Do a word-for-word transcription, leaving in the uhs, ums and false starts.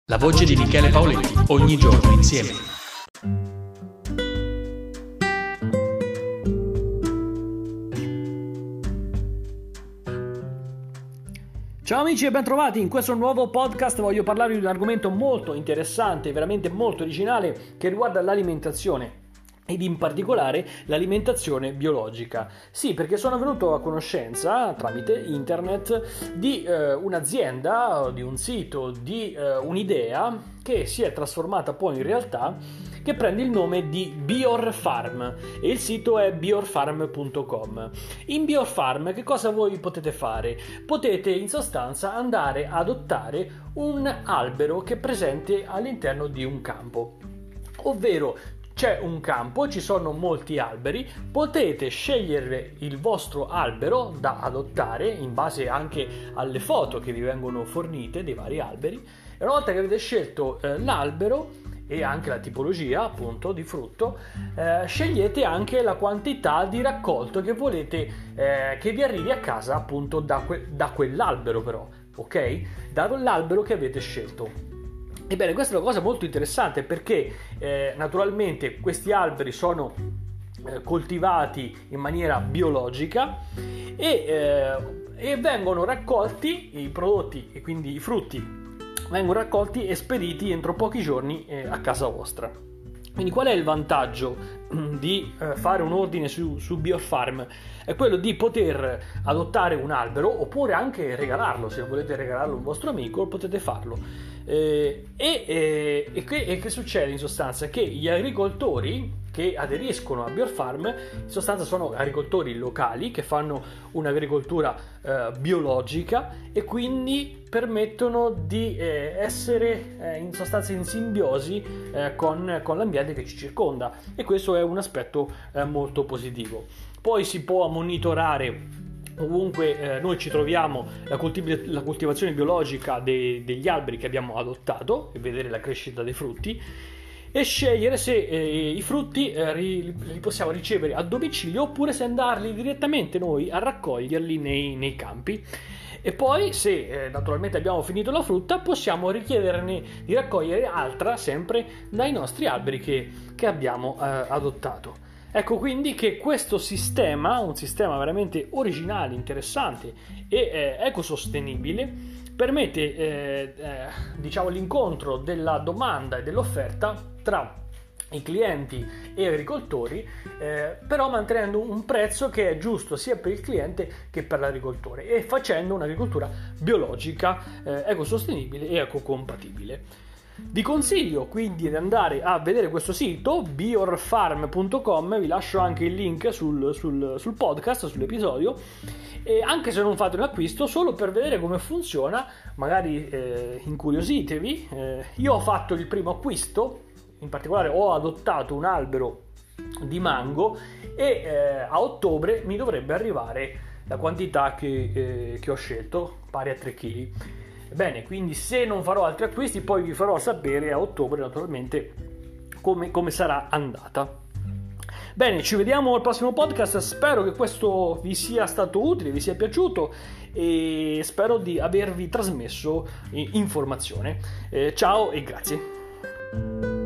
La voce di Michele Paoletti, ogni giorno insieme. Ciao amici e bentrovati, in questo nuovo podcast voglio parlarvi di un argomento molto interessante, veramente molto originale, che riguarda l'alimentazione ed in particolare l'alimentazione biologica. Sì, perché sono venuto a conoscenza tramite internet di eh, un'azienda, di un sito, di eh, un'idea che si è trasformata poi in realtà, che prende il nome di Biorfarm e il sito è biorfarm punto com. In Biorfarm che cosa voi potete fare? Potete in sostanza andare ad adottare un albero che è presente all'interno di un campo, ovvero c'è un campo, ci sono molti alberi, potete scegliere il vostro albero da adottare in base anche alle foto che vi vengono fornite dei vari alberi, e una volta che avete scelto eh, l'albero e anche la tipologia appunto di frutto, eh, scegliete anche la quantità di raccolto che volete eh, che vi arrivi a casa appunto da, que- da quell'albero però, ok? Da quell'albero che avete scelto. Ebbene, questa è una cosa molto interessante perché eh, naturalmente questi alberi sono eh, coltivati in maniera biologica e, eh, e vengono raccolti i prodotti e quindi i frutti vengono raccolti e spediti entro pochi giorni eh, a casa vostra. Quindi qual è il vantaggio di eh, fare un ordine su, su Biorfarm? È quello di poter adottare un albero oppure anche regalarlo. Se volete regalarlo a un vostro amico potete farlo. Eh, e, e, e, che, e che succede in sostanza? Che gli agricoltori che aderiscono a Biorfarm in sostanza sono agricoltori locali che fanno un'agricoltura eh, biologica e quindi permettono di eh, essere eh, in sostanza in simbiosi eh, con, con l'ambiente che ci circonda, e questo è un aspetto eh, molto positivo. Poi si può monitorare ovunque eh, noi ci troviamo la, coltiv- la coltivazione biologica de- degli alberi che abbiamo adottato e vedere la crescita dei frutti e scegliere se eh, i frutti eh, ri- li possiamo ricevere a domicilio oppure se andarli direttamente noi a raccoglierli nei, nei campi. E poi se eh, naturalmente abbiamo finito la frutta possiamo richiederne di raccogliere altra sempre dai nostri alberi che, che abbiamo eh, adottato. Ecco quindi che questo sistema, un sistema veramente originale, interessante e eh, ecosostenibile, permette eh, eh, diciamo l'incontro della domanda e dell'offerta tra i clienti e agricoltori, eh, però mantenendo un prezzo che è giusto sia per il cliente che per l'agricoltore e facendo un'agricoltura biologica, eh, ecosostenibile e ecocompatibile. Vi consiglio quindi di andare a vedere questo sito biorfarm punto com, vi lascio anche il link sul, sul, sul podcast, sull'episodio, e anche se non fate un acquisto, solo per vedere come funziona, magari eh, incuriositevi. Eh, io ho fatto il primo acquisto, in particolare ho adottato un albero di mango e eh, a ottobre mi dovrebbe arrivare la quantità che, eh, che ho scelto, pari a tre chili. Bene, quindi se non farò altri acquisti poi vi farò sapere a ottobre naturalmente come, come sarà andata. Bene, ci vediamo al prossimo podcast, spero che questo vi sia stato utile, vi sia piaciuto e spero di avervi trasmesso informazione. Eh, ciao e grazie.